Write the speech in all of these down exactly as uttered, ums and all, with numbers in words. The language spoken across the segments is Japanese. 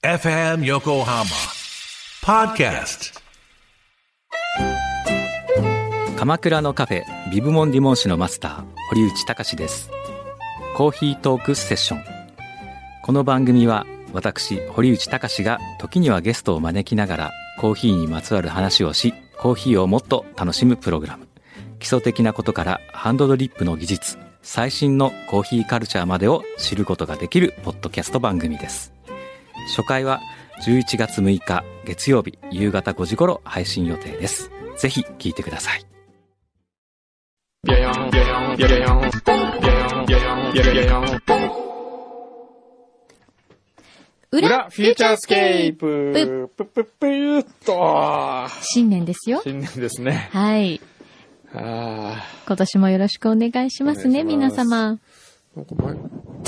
エフエム Yokohama Podcast。 鎌倉のカフェビブモンディモン市のマスター堀内隆です。コーヒートークセッション。この番組は私堀内隆が時にはゲストを招きながらコーヒーにまつわる話をし、コーヒーをもっと楽しむプログラム。基礎的なことからハンドドリップの技術、最新のコーヒーカルチャーまでを知ることができるポッドキャスト番組です。初回はじゅういちがつむいか月曜日夕方ごじ頃配信予定です。ぜひ聞いてください。 裏フューチャースケーププップップーっと新年ですよ。 新年ですね。 はい。 あ今年もよろしくお願いしますね、皆様。 なんか前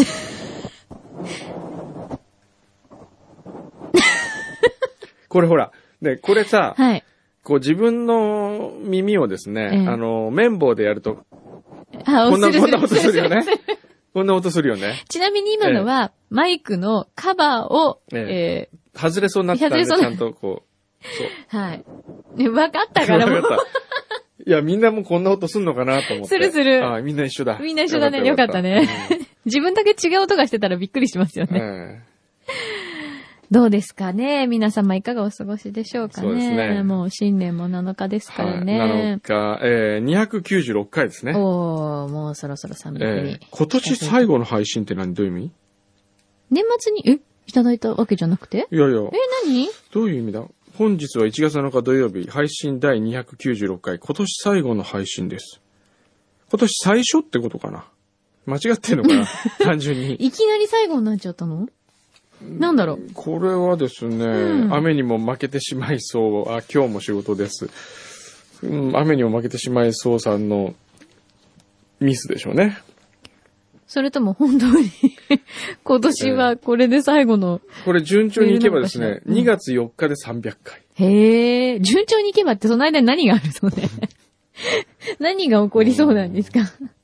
これほら、ね、これさ、 はい。 こう自分の耳をですね、 ええ、 あの、綿棒でやると、 あ、 こんな、 するこんな音するよねする。 こんな音するよね。 ちなみに今のは、ええ、マイクのカバーを、 えええー、外れそうになってたんで、ちゃんとこう、 そう。はい。ね、分かったからもう。 いや、みんなもこんな音すんのかなと思って。 するする。 ああ、みんな一緒だ。 みんな一緒だね。よかったね。うん、自分だけ違う音がしてたらびっくりしますよね。えー、どうですかね、皆様いかがお過ごしでしょうかね。そうですね。もう新年もなのかですからね。 はい、なのか、えー、にひゃくきゅうじゅうろっかいですね。 おー、もうそろそろさんびゃくに、 えー。今年最後の配信って何、どういう意味？ 年末に、えいただいたわけじゃなくて？ いやいや。 え、何？ どういう意味だ？本日はいちがつなのか土曜日、配信だいにひゃくきゅうじゅうろっかい、今年最後の配信です。今年最初ってことかな？間違ってんのかな単純に。 いきなり最後になっちゃったの？なんだろう。 これはですね、うん、雨にも負けてしまいそう、あ、今日も仕事です。うん、雨にも負けてしまいそうさんのミスでしょうね。 それとも本当に今年はこれで最後の、 えー、これ順調にいけばですね、うん、にがつよっかでさんびゃっかい。 へえ、順調にいけばってその間に何があるのね。何が起こりそうなんですか。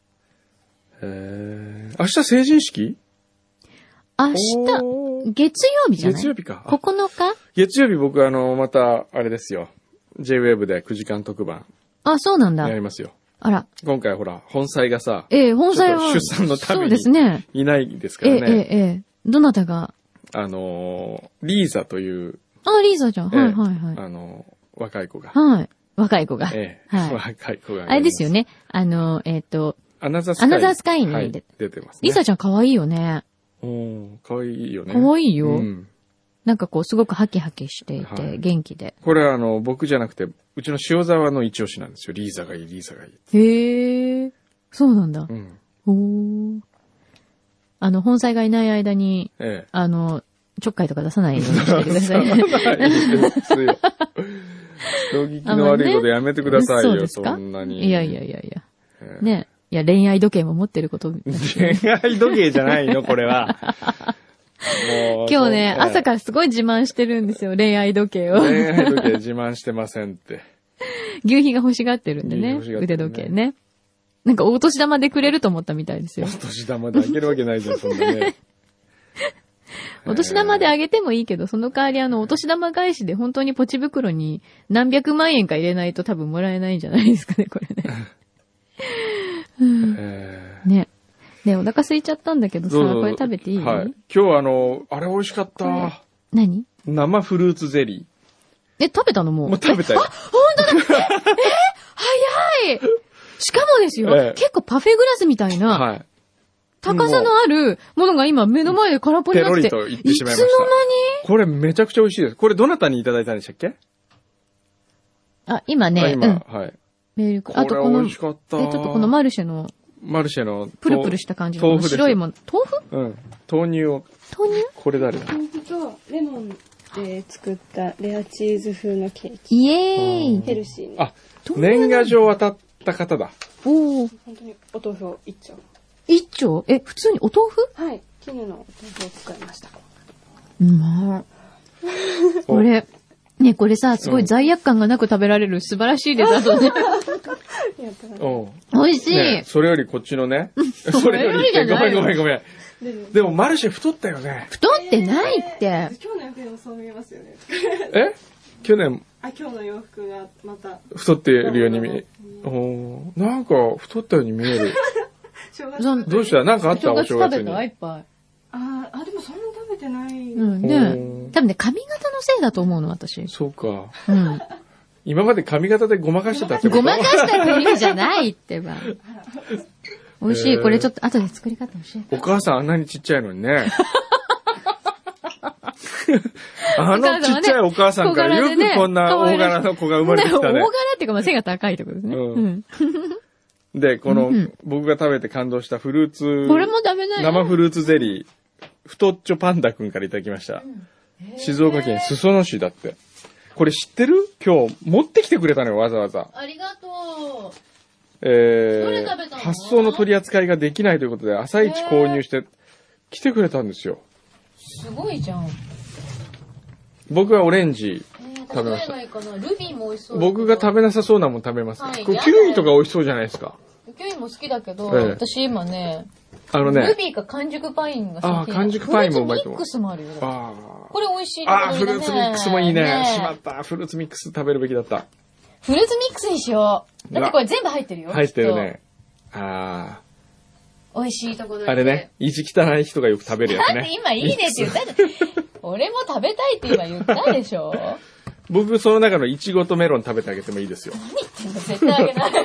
へー、明日成人式？ 明日、月曜日じゃない？ 月曜日か。 ここのか？ 月曜日僕あの、また、あれですよ。ジェイウェーブ でくじかん特番。 あ、そうなんだ。 やりますよ。 あら。 今回ほら、本妻がさ、 ええ、本妻は、 出産のために、 そうですね。 いないですからね。 ええ、ええ、どなたが？ あのー、リーザという。 あ、リーザちゃん。はいはいはい。 あのー、若い子が。 はい。若い子が。 ええ、はい。若い子が。 あれですよね。あの、えっと、 アナザースカイ。 アナザースカイに、 はい、出てますね。 リーザちゃん可愛いよね。 おー、可愛いよね。 可愛いよ。 うん。 なんかこう、すごくハキハキしていて、はい、元気で。 これはあの、僕じゃなくて、うちの塩沢の一押しなんですよ。リーザがいい、リーザがいい。 へえ、そうなんだ。 うん。 おー。あの、本妻がいない間に、 ええ、 あの、ちょっかいとか出さないようにしてください。 出さないですよ。人聞きの悪いことやめてくださいよ、ね、そ, そんなに。 いやいやいやいや。ええ、ね。いや、恋愛時計も持ってること。 恋愛時計じゃないの、これは。 もう今日ね、ええ、朝からすごい自慢してるんですよ、恋愛時計を。 恋愛時計自慢してませんって。 牛皮が欲しがってるんでね、ね、腕時計ね。なんかお年玉でくれると思ったみたいですよ。 お年玉であげるわけないじゃん、そんなね。 お年玉であげてもいいけど、その代わりあの、お年玉返しで本当にポチ袋に何百万円か入れないと多分もらえないんじゃないですかね、これね。うん、えー、ね。ね、お腹空いちゃったんだけどさ、これ食べていい？ はい。今日あの、あれ美味しかった。 何？ 生フルーツゼリー。え、食べたのもう？ もう食べたよ。 あ、ほんとだ。え、え早い。しかもですよ、ええ、結構パフェグラスみたいな、はい、高さのあるものが今目の前で空っぽになって、 ペロリと言ってしまいました。いつの間に？これめちゃくちゃ美味しいです。これどなたにいただいたんでしたっけ？ あ、今ね、 今、 うん、 はい。 メール、 あとこの、美味しかった。 え、ちょっとこのマルシェの、 マルシェの、 プルプルした感じの白いもの。豆腐？ うん。豆乳を。 豆乳？ これ誰だ？ 豆腐とレモンで作ったレアチーズ風のケーキ。 イエーイ。 ヘルシーに。 あ、年賀状渡った方だ。 おお。 本当にお豆腐を一丁。 一丁？え、普通にお豆腐？ はい。絹のお豆腐を使いました。 うまい。これ。ね、これさ、すごい罪悪感がなく食べられる素晴らしいデザートね。美味しい、ね。 それよりこっちのね。それよりって、ごめんごめんごめん。でもマルシェ太ったよね。 太ってないって。 去年でもそう見えますよね。 え去年、 あ、今日の洋服がまた。 太ってるように見え、おーなんか太ったように見える。 正月そんどうしたなんかあったお正食べ月に。 たいっぱい。 あーあ、でもそんな食べてない。 うん。 おねー多分ね、髪型のせいだと思うの、私。 そうか。 うん。 今まで髪型でごまかしてたってことごまかしたって意味じゃないってば。美味しい。 えーこれちょっと後で作り方教えて。 お母さんあんなにちっちゃいのにね。あのちっちゃいお母さんからよくこんな大柄の子が生まれてきたね大柄。っていうか、まあ、背が高いってことですね。 うんうん。 で、このうん、 僕が食べて感動したフルーツ、 これも食べない。 生フルーツゼリー、太っちょパンダくんからいただきました。静岡県裾野市だって。これ知ってる今日持ってきてくれたのよ、わざわざ。 ありがとえどれ食べたのー、発送の取り扱いができないということで、朝一購入して来てくれたんですよ。 う。すごいじゃん。 僕はオレンジ。 えー、 食べましたどれがいいかな。ルビーも美味しそう。 僕が食べなさそうなもん食べます。 はいこれキウイとか美味しそうじゃないですか。 キウイも好きだけど、 ええ私今ね、 あのね。 ルビーか完熟パインが好きあー完熟パインもうまいと思うフルーツミックスもあるよ。 あこれ美味しいあ。ああ、 ところフルーツミックスもいいね。 ねしまった。フルーツミックス食べるべきだった。 フルーツミックスにしよう。だってこれ全部入ってるよ。 入ってるね。あ美味しいところあ。あれね。意地汚い人がよく食べるやつだってね。 今いいねって言ったじゃん。俺も食べたいって今言ったでしょ。 僕、その中のイチゴとメロン食べてあげてもいいですよ。 何言ってんの絶対あげない。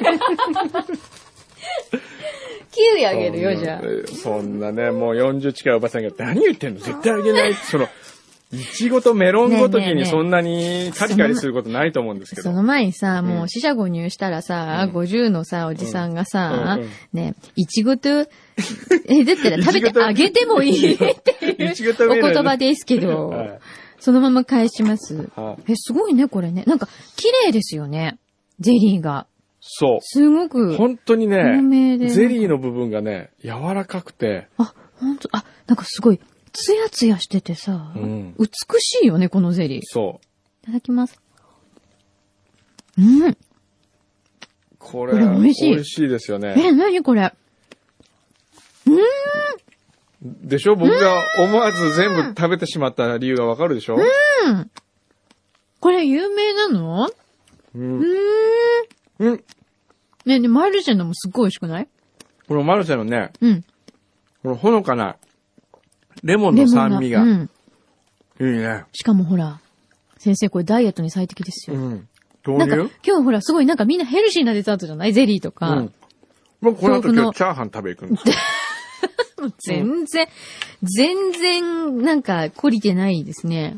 キウイあげるよ、じゃあ。 そんなね、もうよんじゅう近いおばさんが何言ってんの絶対あげないって。その、イチゴとメロンごときにそんなにカリカリすることないと思うんですけど。 その前にさ、 うんもう死者誤入したらさ、 うんごじゅうのさ、おじさんがさ、 うんうんね、いちごと、え、だったら食べてあげてもいいっていういちごとおメロン言葉ですけど、 はいそのまま返します。 はいえ、すごいね、これね。なんか、綺麗ですよね。ゼリーが。 そう。 すごく。 本当に透明でね、ゼリーの部分がね、柔らかくて、 あ、ほんと、あ、なんかすごい、ツヤツヤしててさ、 うん美しいよね、このゼリー。いそただきます。うん。 う。これ、 これ美味しい美味しいですよね。 え、なにこれ。うん。 でしょ僕が思わず全部食べてしまった理由がわかるでしょうん。これ有名なのう。 うんーん。 うん。 ね、で、マルシェのもすっごい美味しくないこのマルシェのね、 うん。 このほのかな、レモンの酸味が、 レモいンいね。 しかもほら、先生これダイエットに最適ですよ。 うん。豆なんか乳今日ほらすごいなんかみんなヘルシーなデザートじゃないゼリーとか。 うん。僕この後豆腐の今日チャーハン食べ行くんですよ。 もう全然、全然なんか懲りてないですね。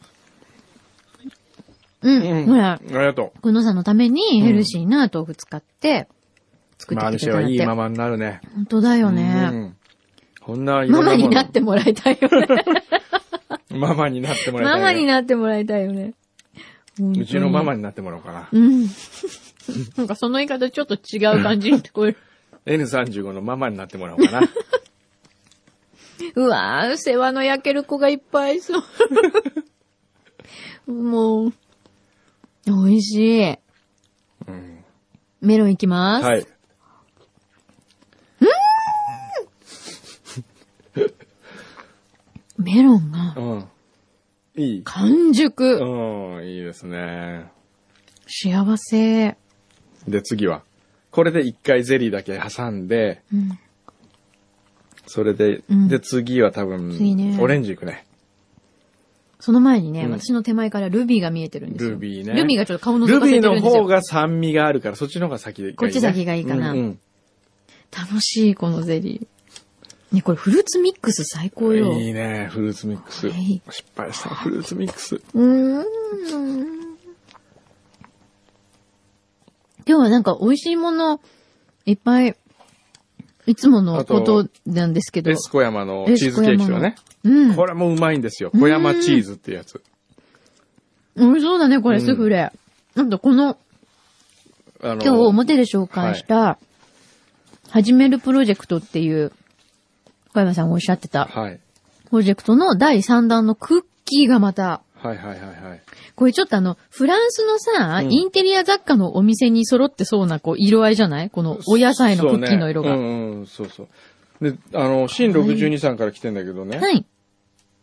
うん。 うん。 ほらあ、りがとこのさんのためにヘルシーな豆腐使って作う。 ってマルシェきてくれたんだって。 はいいママになるね。 本当だようね。 ん。こんないろマんなものマになってもらいたいよね。 ママになってもらいたい、ね。 ママになってもらいたいよね。 うちのママに。 になってもらおうかな。 うん。なんかその言い方ちょっと違う感じに聞こえる。 エヌさんじゅうご のママになってもらおうかな。 うわぁ、世話の焼ける子がいっぱいいそう。もう、美味しい。 うん、 メロンいきます。 はい。 メロンがうん。いい。 完熟。 うん、いいですね。 幸せ。 で、次は。これで一回ゼリーだけ挟んで、 うん。 それで、 うんで、次は多分、 次ねオレンジいくね。 その前にね、 うん私の手前からルビーが見えてるんですよ。 ルビーねルビーがちょっと顔覗かルビーのせてるんですよ。 方が酸味があるから、そっちの方が先でいい、ね。 こっち先がいいかなうんうん楽しい、このゼリー。ね、これフルーツミックス最高よ。 いいね、フルーツミックス。 はい失敗した、フルーツミックス。 うーん。今日はなんか美味しいものいっぱい、いつものことなんですけど。 エスコ山のチーズケーキとかね。 うん。 これもうまいんですよ。小山チーズっていうやつ。 美味しそうだね、これ、 うんスフレ。なんとこの、 あの今日表で紹介した、始めるプロジェクトっていう、小山さんがおっしゃってた、 はい。 プロジェクトのだいさんだんのクッキーがまた、 はいはいはいはい。 これちょっとあの、フランスのさ、 うんインテリア雑貨のお店に揃ってそうな、こう、色合いじゃないこのお野菜のクッキーの色が。 そうねうんうん、そうそう。で、あの、新ろくじゅうにさんから来てんだけどね。 はい。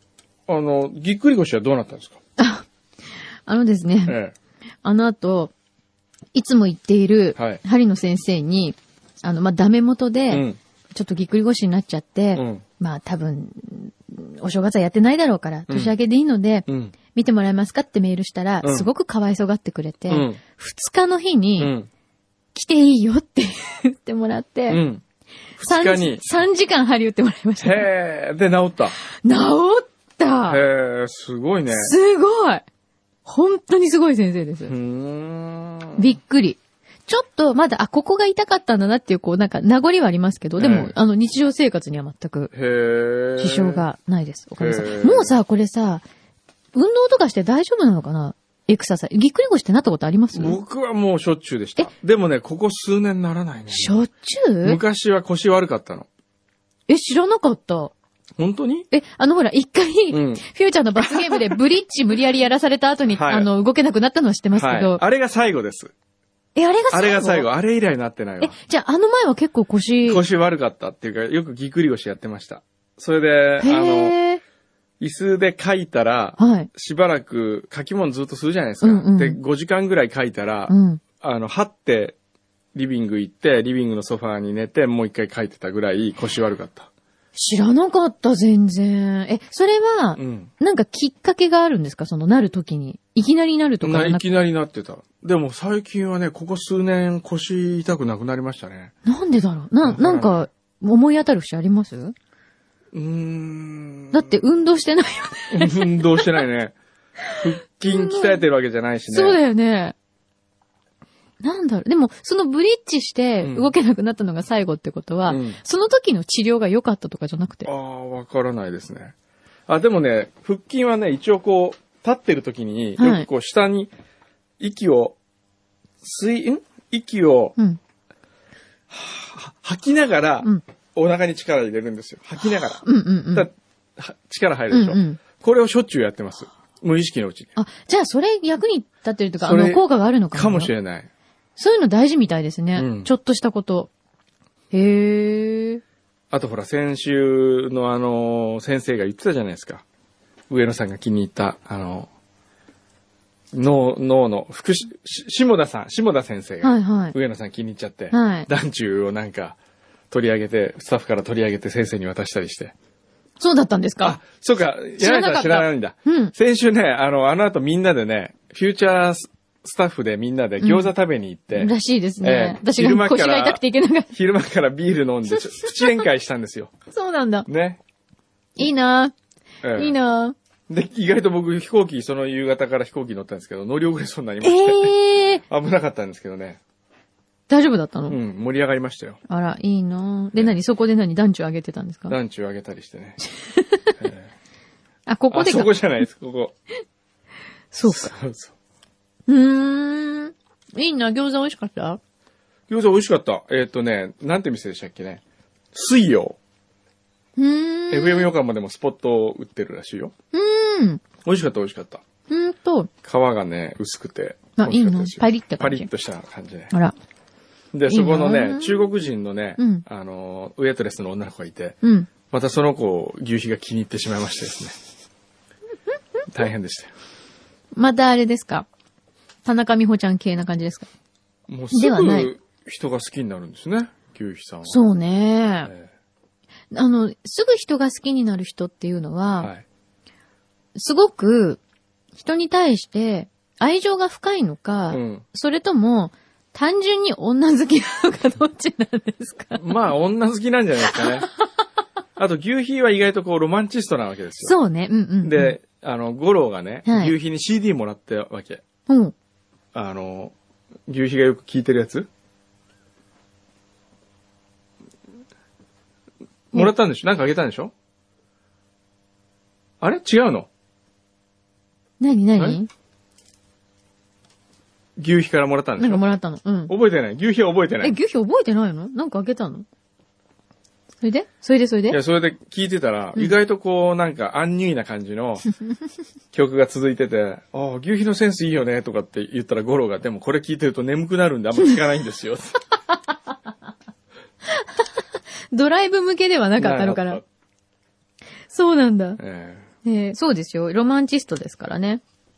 あの、ぎっくり腰はどうなったんですか？ あのですね、 えあの後、いつも言っているはい、 針の先生に、あの、まあ、ダメ元え。うで、 ん。 ちょっとぎっくり腰になっちゃって、 うん。 まあ多分、お正月はやってないだろうから、年明けでいいので、 うん。 見てもらえますかってメールしたら、 うんすごくかわいそうがってくれて、 うん二日の日うに、 ん。 来ていいよって言ってもらって、 うん。 三二日に。 三時間針打ってもらいました。 へえ。で、治った。 治ったへえ、すごいね。 すごい本当にすごい先生ですうー。ん。 びっくり。ちょっと、まだ、あ、ここが痛かったんだなっていう、こう、なんか、名残はありますけど、でも、 ええあの、日常生活には全く、 へえ。 支障がないです。おかげさへえまで。もうさ、これさ、運動とかして大丈夫なのかなエクササイズ。ぎっくり腰ってなったことあります僕はもうしょっちゅうでした。でもね、ここ数年ならないね。 しょっちゅう昔は腰悪かったの。 え、知らなかった。 本当に？ え、あのほら、一回、 うんフューチャーの罰ゲームでブリッジ無理やりやらされた後に、 はいあの、動けなくなったのは知ってますけど、 はい。あれが最後です。 え、あれが最後あれが最後。あれ以来なってないえわ。、 じゃあ、あの前は結構腰、 腰悪かったっていうか、よくぎっくり腰やってました。それで、あの、 へー。 椅子で書いたら、 はい。 しばらく書き物ずっとするじゃないですか。 うんうんで、ごじかんぐらい書いたら、 うん。 あの、はって、リビング行って、リビングのソファーに寝て、もう一回書いてたぐらい腰悪かった。 知らなかった、全然。え、それはう、ん。 なんかきっかけがあるんですかその、なるときに。いきなりなるとかじゃなくないきなりなってた。でも最近はね、ここ数年腰痛くなくなりましたね。 なんでだろうな、 わからないなんか、思い当たる節ありますうーん。 だって運動してないよね。 運動してないね。腹筋鍛えてるわけじゃないしね。 そうだよね。なんだろう。でも、そのブリッジしてうん動けなくなったのが最後ってことは、 うんその時の治療が良かったとかじゃなくてあ。あ、わからないですね。あ、でもね、腹筋はね、一応こう、立ってる時に、 はいよくこう下に息を、吸い、ん息をうん。 吐きながら、 うん。 お腹に力入れるんですよ。吐きながら。 うんうんうん。 だは力入るでしょ、 うんうん。 これをしょっちゅうやってます。無意識のうちに。 あ、じゃあそれ役に立ってるとか、あそれの、効果があるのかなかもしれない。 そういうの大事みたいですね。 うんちょっとしたこと。へー。 あとほら、先週のあの、先生が言ってたじゃないですか。上野さんが気に入った、あの、脳、脳の、福し、し下田さん、下田先生が、 はいはい。 上野さん気に入っちゃって、 はい団中をなんか、取り上げて、スタッフから取り上げて先生に渡したりして。 そうだったんですかあ、そうか、 知らなかった知らないんだ。 うん。 先週ね、あの、あの後みんなでね、フューチャーススタッフでみんなで餃子食べに行って、 らしいですえね。 え私昼間からが腰が痛くていけなかっ昼間からビール飲んで、ちょプチ宴会したんですよ。 た。そうなんだ。 ね。 いいなえぁ。 えいいなぁ。 で、意外と僕飛行機、その夕方から飛行機乗ったんですけど、乗り遅れそうになりまして、 ええー。 危なかったんですけどね。 大丈夫だったの、 うん、盛り上がりましたよ。 あら、いいなぁ。で、何そこで何団地を上げてたんですかランチをあげたりしてね。えあ、こえこでか。 あそこじゃないです、ここ。 そうか。 そうそう。 うーん。いいな、餃子美味しかった餃子美味しかった。えっ、とね、なんて店でしたっけね。水曜。 うーん。 エフエム 横浜でもスポットを売ってるらしいよ。 うーん。 美味しかった美味しかった。 うーんと。 皮がね、薄くて。 あ、いいな美味しかったです。よパリって感じ。 パリッとした感じね。 あら。 で、 いいなそこのね、中国人のね、 うんあの、ウェイトレスの女の子がいて、 うん。 またその子を牛皮が気に入ってしまいましてですね。大変でしたよ。 またあれですか田中美穂ちゃん系な感じですかもうすではないぐ人が好きになるんですね、牛皮さんは。 そうね。 えあの、すぐ人が好きになる人っていうのえは、 はい。 すごく人に対して愛情が深いのか、 うん。 それとも単純に女好きなのかどっちなんですかまあ、女好きなんじゃないですかね。あと、牛皮は意外とこう、ロマンチストなわけですよ。 そうね。うんうん、うん。 で、あの、五郎がね、 はい牛皮に シーディー もらったわけ。 うん。 あの、牛皮がよく聞いてるやつもらったんでしょなんかあげたんでしょあれ違うの何あれ何牛皮からもらったんでなんかしょもらったの。うん。 覚えてない牛皮は覚えてなえ、 い。 牛皮覚えてないのなんかあげたのそれでそれでそれでいや、それで聞いてたら、 うん意外とこう、なんか、アンニュイな感じの曲が続いてて、ああ、牛皮のセンスいいよね、とかって言ったら、ゴロが、でもこれ聞いてると眠くなるんであんま聞かないんですよ。 ドライブ向けではなかったのかななかっそうなんだ。 たええーそうですよ。ロマンチストですからね。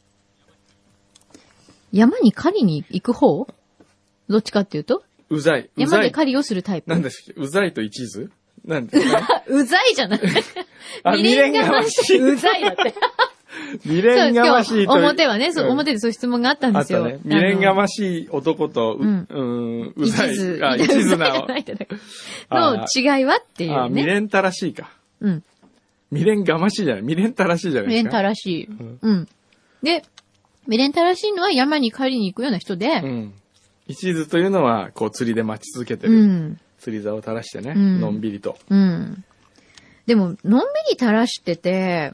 山に狩りに行く方？どっちかっていうとうざい。う山ざい。 で狩りをするタイプ。 なんでしたっけうざいと一途なんですかうざいじゃないあ未練がましい。 未練がましいうざいだって。 未練がましいという。 そう今日表はね、そう、 ん表でそういう質問があったんですよ。 あったね。未練がしましい男と、う、 うんうん、うざい。 一途。 あ、一途な。 うざいじゃないの違いはっていうね。 あ、未練たらしいか。 うん。 未練がましいじゃない。未練たらしいじゃない未練ですか。 たらしい。 んうん。で、未練たらしいのは山に狩りに行くような人で、 うん。一途というのは、こう釣りで待ち続けてうる。 ん。 釣り竿を垂らしてね。 うんのんびりと。 うん。でも、のんびり垂らしてて、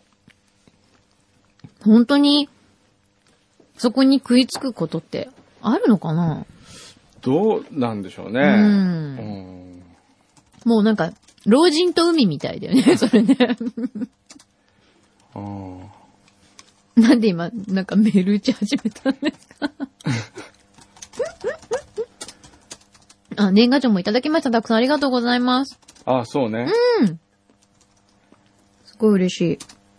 本当に、そこに食いつくことってあるのかな？ どうなんでしょうね。 うんうんもうなんか、老人と海みたいだよね、それね。 あなんで今、なんかメール打ち始めたんですかあ、年賀状もいただきました。たくさんありがとうございます。 あ、あそうね。 うん。すごい嬉しい。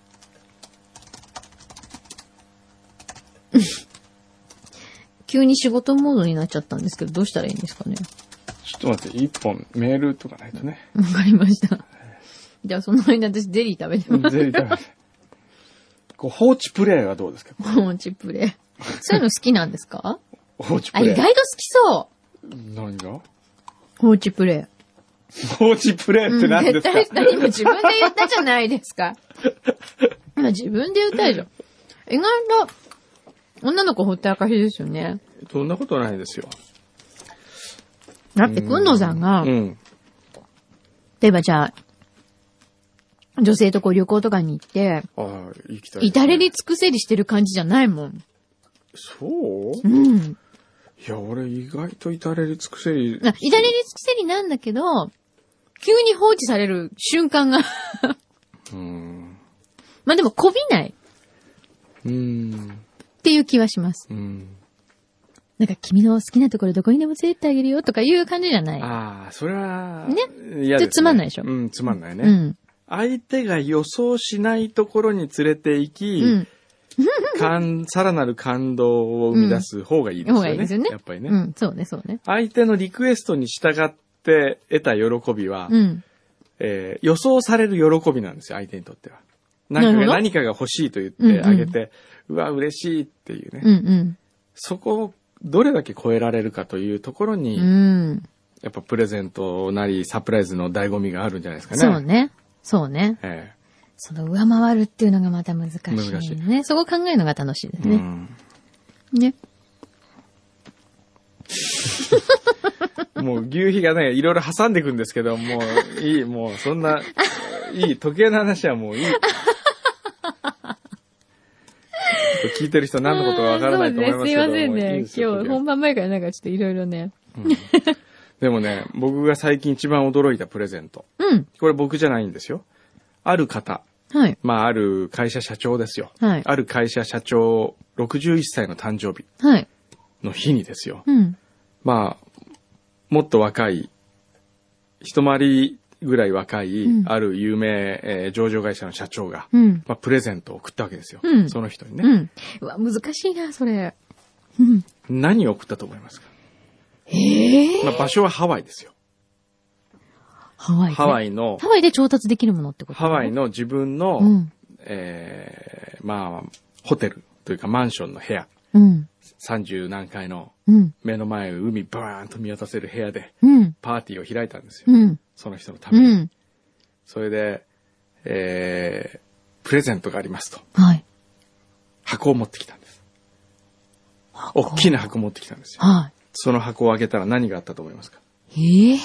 急に仕事モードになっちゃったんですけど、どうしたらいいんですかね。 ちょっと待って、一本メールとかないとね。 わかりました。じゃあその間私ゼリー食べてます。 ゼリー食べて。こう放置プレイはどうですか放置プレイ。そういうの好きなんですかあ、 放置プレイ。 意外と好きそ何がう。放置プレイ。 放置プレイって何ですか、 うん、絶対今自分で言ったじゃないですか。今自分で言ったでしょ。意外と、女の子ほったらかしですよね。 そんなことないですよ。 だって、くんのさんが、 うん。 例えばじゃあ、女性とこう旅行とかに行って、 ああ、行きたい。 至れり尽くせりしてる感じじゃないもん。 そううん。 いや、俺意外と至れり尽くせり。 あ至れり尽くせりなんだけど、急に放置される瞬間がうーん。 まあでもこびないうーん。 っていう気はします。 うん。 なんか君の好きなところどこにでも連れてってあげるよとかいう感じじゃない。 ああ、それは、 ね。 嫌ですね。 ちょっとつまんないでしょうん、つまんないね。 うん。 相手が予想しないところに連れて行き、 うん。 感さらなる感動を生み出す方がいいですよね。 方がいいですよね。 やっぱりね。 うん、そうね、そうね。 相手のリクエストに従って得た喜びは、 うん。 えー予想される喜びなんですよ、相手にとっては。何かがなるほど何かが欲しいと言っうんうんてあげて、うわ、嬉しいっていうね。 うん、うん。 そこをどれだけ超えられるかというところに、 うん。 やっぱプレゼントなりサプライズの醍醐味があるんじゃないですかね。 そうね。そうね。 えその上回るっていうのがまた難しい、ね。 難しいね。そこを考えるのが楽しいですね。 えうんね。 もう牛皮がね、いろいろ挟んでいくんですけど、もういい、もうそんな、いい、時計の話はもういい。聞いてる人何のことかわからないと思いますけど。 そうですね。すいませんね。 いいですよ今日本番前からなんかちょっといろいろね。 うんでもね、僕が最近一番驚いたプレゼント。 うん。 これ僕じゃないんですよ。ある方。 はい。 まあ、ある会社社長ですよ。 はい。 ある会社社長、ろくじゅういっさいの誕生日はい。 の日にですよ。 うん。 まあ、もっと若い、一回りぐらい若い、 うんある有名、えー上場会社の社長が、 うん。 まあ、プレゼントを送ったわけですよ。 うんその人にね。 うん。うわ、難しいな、それ。うん。 何を送ったと思いますか、 ええまあ、場所はハワイですよ。 ハワイで。 ハワイの、 ハワイで調達できるものってことハワイの自分の、 うん。 えーまあ、ホテルというかマンションの部屋、 うん。 さんじゅう何階のうん。 目の前を海バーンと見渡せる部屋でうん。 パーティーを開いたんですよ。 うん。 その人のたうめに。 ん。 それで、えー、プレゼントがありますと。 はい。 箱を持ってきたんです。大きな箱を持ってきたんですよ。 はその箱を開けたら何があったと思いますか？ い。ええ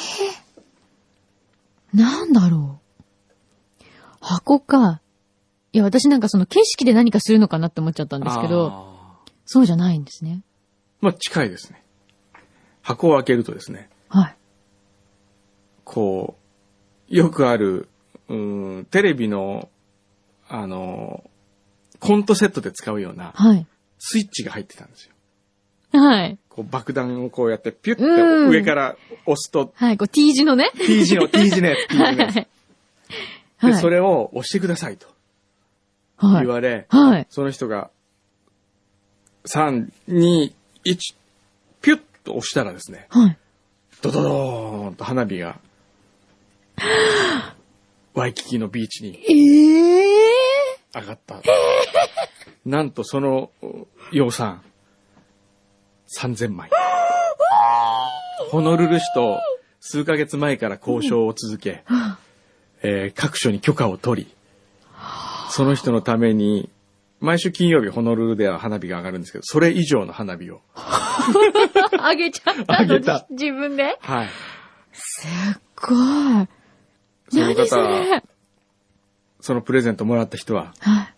なんだろう。箱か。いや、私なんかその景色で何かするのかなって思っちゃったんですけど、 あーそうじゃないんですね。 まあ近いですね。箱を開けるとですね、 はい。 こう、よくある、うーん、テレビの、あの、コントセットで使うようなはい。 スイッチが入ってたんですよ。 はい。 こう爆弾をこうやってピュッうんて上から押すと、 はい。こう T 字のね。 T 字の T 字ねっていうはい。 ね。で、 はい。 それを押してくださいと。 はい。 言われ、 はい。 その人が、さん、に、いち、ピュッと押したらですね、 はい。 ドドドーンと花火が、ワイキキのビーチにええ上がった。なんとその予算、さんぜんまい。ホノルル市と数ヶ月前から交渉を続け、えー各所に許可を取り、その人のために、毎週金曜日ホノルルでは花火が上がるんですけど、それ以上の花火を。 あげちゃったのあげた自分ではい。 すっごい。 その何そ方、 れそのプレゼントもらった人は、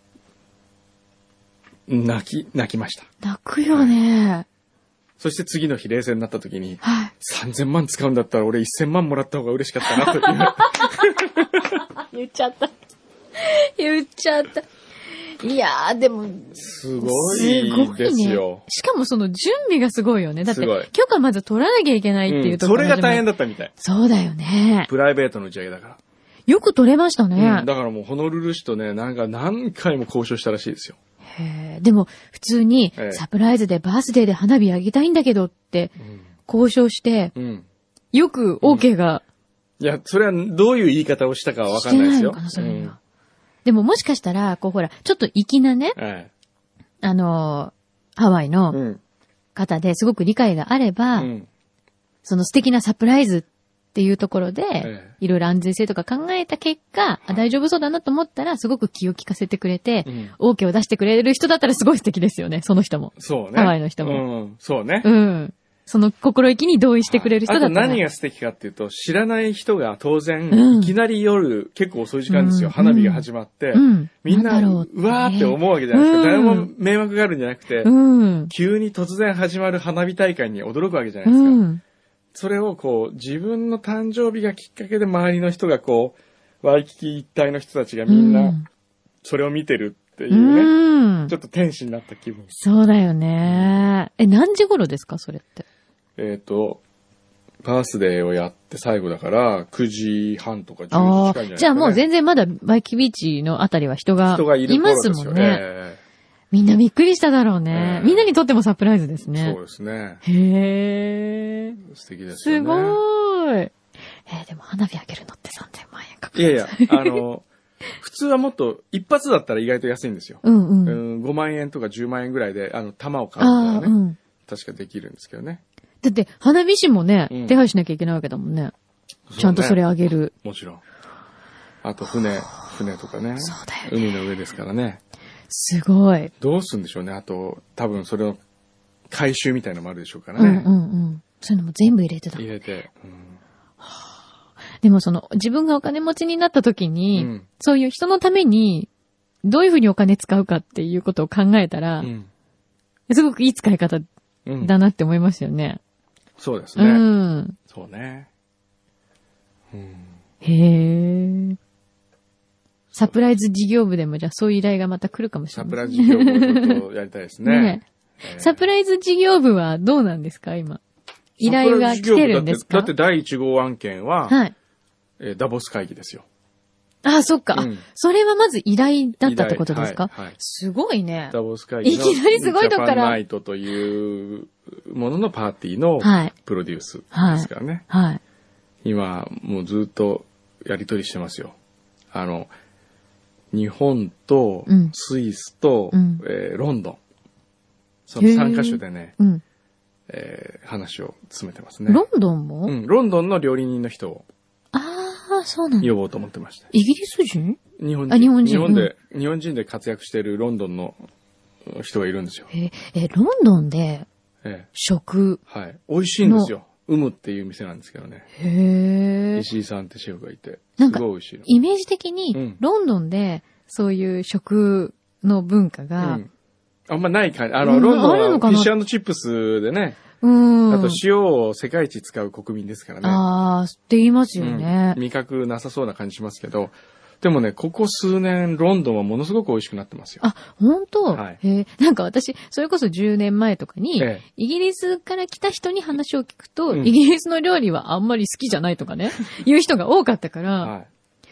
はい。 泣き、泣きました。 泣くよね。 そして次の日冷静になった時に、 はい。 さんぜんまん使うんだったら俺せんまんもらった方が嬉しかったなという。 言っちゃった。言っちゃった。いやー、でも、 すごいですよ。 ね。しかもその準備がすごいよね。だってすごい、 許可まず取らなきゃいけないっていうところ、 うんそれが大変だ。 だったみたい。 そうだよね。 プライベートの打ち上げだから。 よく取れましたうねん。だからもうホノルル市とね、なんか何回も交渉したらしいですよ。 へーでも、普通にええサプライズでバースデーで花火あげたいんだけどって交渉して、 うん。 よく OK がいや、それはどういう言い方をしたかはわしかんないですよ。 てないのかな、それには。でももしかしたら、こうほら、ちょっと粋なね、 うんえあのーハワイえのうん。 方ですごく理解があれば、 うん。 その素敵なサプライズっていうところで、 えいろいろ安全性とか考えた結果、あ大丈夫そうだなと思ったら、すごく気を利かせてくれて、 うん OK を出してくれる人だったらすごい素敵ですよね、その人も。 そうね。 ハワイの人もうん。そうね。 うん。その心意気に同意してくれる人だったら。 あと何が素敵かっていうと、知らない人が当然、 うんいきなり夜、結構遅い時間ですよ、 うん花火が始まって、 うんみんな、 なんだろううわーって思うわけじゃないですか。 うん誰も迷惑があるんじゃなくて、 うん。 急に突然始まる花火大会に驚くわけじゃなういですか。 ん。 それをこう、自分の誕生日がきっかけで周りの人がこう、ワイキキ一帯の人たちがみんう、 なんそれを見てるっていうね、 うんちょっと天使になった気分。 そうだよね。え、何時頃ですか、それって。 えっ、と、バースデーをやって最後だから、くじはんとかじゅうじあ近いんじゃないですか、ね。 あ、じゃあもう全然まだバイキビーチのあたりは人が人がいるいま頃ですすよもんね。 えみんなびっくりしただろうね。 ええみんなにとってもサプライズですえねそう。ですね。 へえ。 素敵ですよね。 すごーい。えーでも花火あげるのってさんぜんまん円かかる。 いやいや、あの、普通はもっと、一発だったら意外と安いんですよ。 うんうん。 うん、ごまん円とかじゅうまん円ぐらいで、あの、玉を買うああ、 のはね、 うん。 確かできるんですけどね。 だって、花火師もね、 うん手配しなきゃいけないわけだもんね。ちゃんとそれあげる。 もちろん。あと、船、船とかね。 そうだよね。 海の上ですからね。 すごい。 どうするんでしょうね。あと、多分それの回収みたいなのもあるでしょうからね。 うんうんうん。そういうのも全部入れてた。 入れて。うんでもその、自分がお金持ちになった時に、 うんそういう人のために、どういうふうにお金使うかっていうことを考えたら、 うんすごくいい使い方うんだなって思いますよね。うそうですね。 ん。 そうね。うんへえ。サプライズ事業部でもじゃあそういう依頼がまた来るかもしれサない。 プライズ事業もちょっとやりたいですね。 ねえーサプライズ事業部はどうなんですか今。依頼が来てるんですかだってだってだいいち号案件は、 はい。 えーダボス会議ですよ。 あ、そっか、 うんそれはまず依頼だったってことですか、 依頼はいはいすごいね。 ダボス会議のいきなりすごいとこからジャパンナイトというもののパーティーのはいプロデュースですからね。 はい。 今、もうずっとやり取りしてますよ。あの、日本とうんスイスと、 うんえーロンドン。そのさんカ所でね、 うん。 えー話を詰めてますね。 ロンドンも、 うん、ロンドンの料理人の人をああ、そうなんだ。 呼ぼうと思ってました。 イギリス人日本人。 あ日本人日本で、日本人で活躍しているロンドンの人がいるんですよ。 え、え、ロンドンでええ食、 はい。美味しいんですよ。ウムっていう店なんですけどね。 へえ。 石井さんってシェフがいて。すなんかごい美味しいの。 イメージ的に、 うんロンドンでそういう食の文化が、 うん。あんまない感じ。あの、 うんロンドンあるのかなはフィッシュチップスでね、 うん。 あと塩を世界一使う国民ですからね。 ああ、って言いますよね。 うん味覚なさそうな感じしますけど、でもね、ここ数年、ロンドンはものすごく美味しくなってますよ。 あ、本当、 はいへえ。なんか私、それこそじゅうねんまえとかに、 ええイギリスから来た人に話を聞くと、 うんイギリスの料理はあんまり好きじゃないとかね、いう人が多かったから、 はい。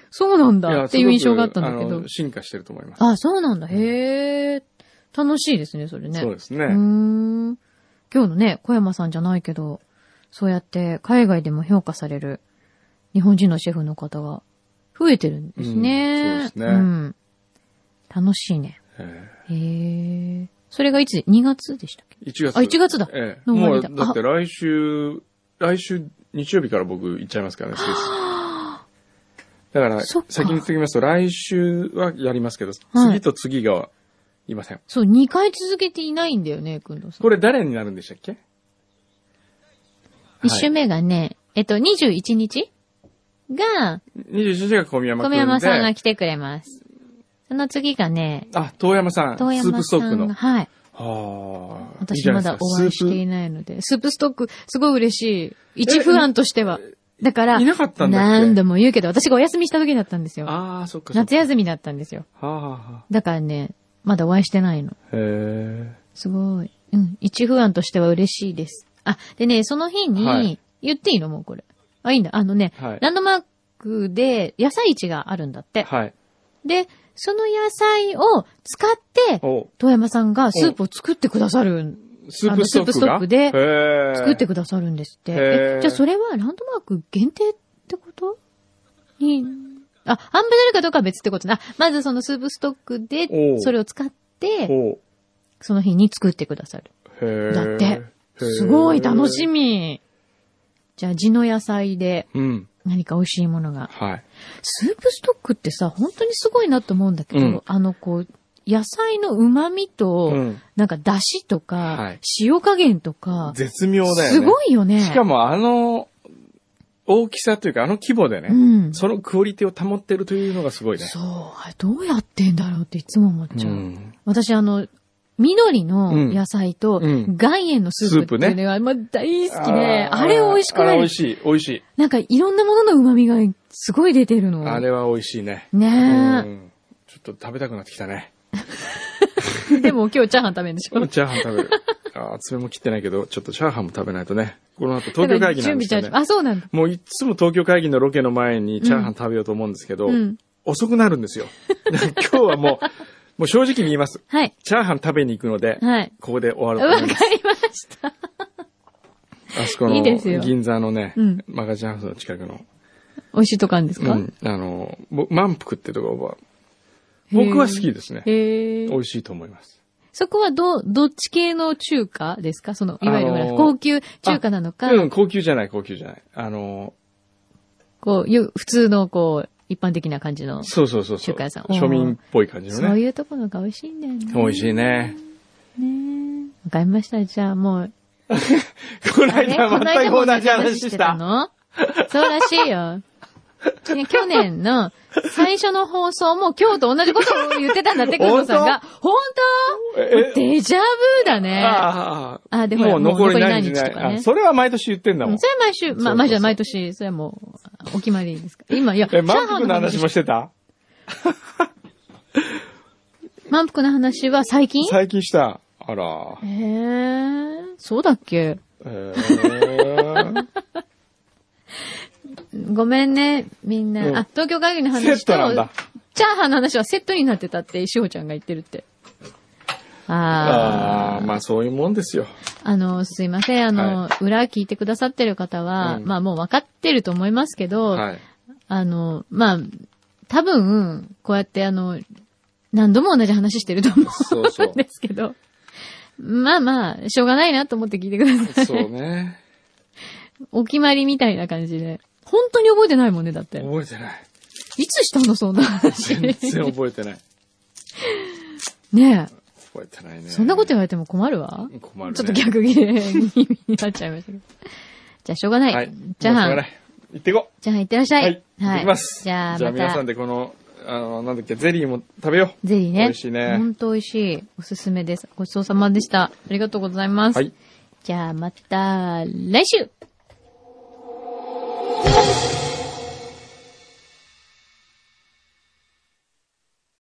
そうなんだやっていう印象があったんだけどすごくあの。進化してると思います。 あ、そうなんだ。へえ。楽しいですね、それね。 そうですね。 うーん。今日のね、小山さんじゃないけど、そうやって海外でも評価される日本人のシェフの方が増えてるんですね。 うんそうですねうん。楽しいね。 えへえ。それがいつ ?に 月でしたっけ？ ーいちがつ。 あ、いちがつだ。 ええの終わりだもう、だって来週、来週日曜日から僕行っちゃいますからね、スイス。だから、 そっか先に言っておきますと、来週はやりますけど、 はい次と次がいません。 そう、にかい続けていないんだよね、くんどうさん。 これ誰になるんでしたっけ？ 一週目がね、えっと、にじゅういちにちが、 にじゅういちにちが小宮山くんで。 小宮山さんが来てくれます。その次がね、 あ、遠山さん。 遠山スープストックの。 さんが、はい。 はあ。 私まだお会いしていないので、スープストック、すごい嬉しい。一不安としては。だから、 いなかったんだっけ何度も言うけど、私がお休みした時だったんですよ。 ああ、そっかそっか。 夏休みだったんですよ。 はあ、はあはだからね、まだお会いしてないの。 あ、へえ。 すごい。うん。一不安としては嬉しいです。あ、でね、その日はにい、 言っていいのもうこれ。あ、いいんだ。あのね、 はいランドマークで野菜市があるんだって。 はい。 で、その野菜を使って、 お遠山さんがスープを作ってくださる、 スープストックがあのスープストックでへえ作ってくださるんですって。 へーえ、じゃあそれはランドマーク限定ってことに、あ、販売されるかどうかは別ってことな。まずそのスープストックでお、うそれを使って、 おその日に作ってくださる。 へえ。 だって。 へえすごい楽し。み。じゃあ地の野菜でうん。 何か美味しいものが。 はい。 スープストックってさ、本当にすごいなと思うんだけど、 うんあのこう、野菜の旨味と、 うんなんか出汁とか、 はい塩加減とか、 絶妙だよね。 すごいよね。 しかもあの、大きさというかあの規模でね、 うん。 そのクオリティを保ってるというのがすごいね。 そう、あれどうやってんだろうっていつも思っちゃう。 ん。 私あの、緑の野菜とうん岩塩のスープっていうのが、まあ、大好きで、あれ美味しくないあれ美味しい、美味しい。 なんかいろんなものの旨味がすごい出てるの。 あれは美味しいね。 ねうん。ちょっと食べたくなってきたね。 え。でも今日チャーハン食べるんでしょ？ チャーハン食べる。あー爪も切ってないけど、ちょっとチャーハンも食べないとね。この後東京会議なんですよね。 準備ちゃう。あ、そうなんだ。 もういつも東京会議のロケの前にチャーハン食べようと思うんですけど、 うん。 遅くなるんですよ。今日はもう、もう正直に言います。 はい。 チャーハン食べに行くので、 はい。 ここで終わろうとわか思います。 りました。 あそこのいいですよ銀座のね、 うんマガジンハウスの近くの、 美味しいとこあるんですか？ うん、あの、ぼ満腹ってところは、僕は好きですね。 へー。 美味しいと思います。 そこはど、どっち系の中華ですか？その、いわゆるほら、 あのー高級中華なのか、 うん、高級じゃない、高級じゃない。あの、 こう、よ普通のこう、一般的な感じの。 そうそうそうそう。 中華屋さん庶民っぽい感じのね。 そういうところが美味しいんだよね。 美味しいね。 ねえ。わかりました。じゃあもう。 このあれ間全く同じ話した。 たの？そうらしいよ。ね去年の最初の放送も今日と同じことを言ってたんだって、くんさんが。本当え、 デジャブだね。 ああ、 あでほらもう残りもう残り何日ない。 何日とかねあそれは毎年言ってんだも。 うんんそれは毎週、ま、 そうそうそうまあ、じゃあ毎年、それはもう、お決まりですか。今、いや、 え、満腹の話もししてた満腹の話は最近最近した。あら。 へえ、そうだっけえー、 ごめんね、みんな。 うんあ、東京会議のセ話と、 ットなんだ。 チャーハンの話はセットになってたって、しほちゃんが言ってるって。あああ、 あ。 まあそういうもんですよ。 あの、すいません。あの、裏聞いてくださってる方は、 うんまあもう分かってると思いますけど、 はい。 あの、まあ、多分、こうやってあの、何度も同じ話してると思そうそううんですけど、まあまあ、しょうがないなと思って聞いてください。 そうね。 お決まりみたいな感じで。本当に覚えてないもんね、だって。 覚えてない。 いつしたの、そんな話。 全然覚えてない。 ねえ。 覚えてないね。 そんなこと言われても困るわ。 困るね。 ちょっと逆切れ気味になっちゃいましたけど。じゃあ、しょうがない。 はい。 チャーハン。 もうしょうがない。行ってこチャーハンいってらっしゃい。 はい。行きます。 じゃあ、 じゃあまた皆さんでこの、あの、なんだっけ、ゼリーも食べよう。 ゼリーね。 美味しいねほんと美味しい。おすすめです。ごちそうさまでした。ありがとうございます。 はい。 じゃあ、また来週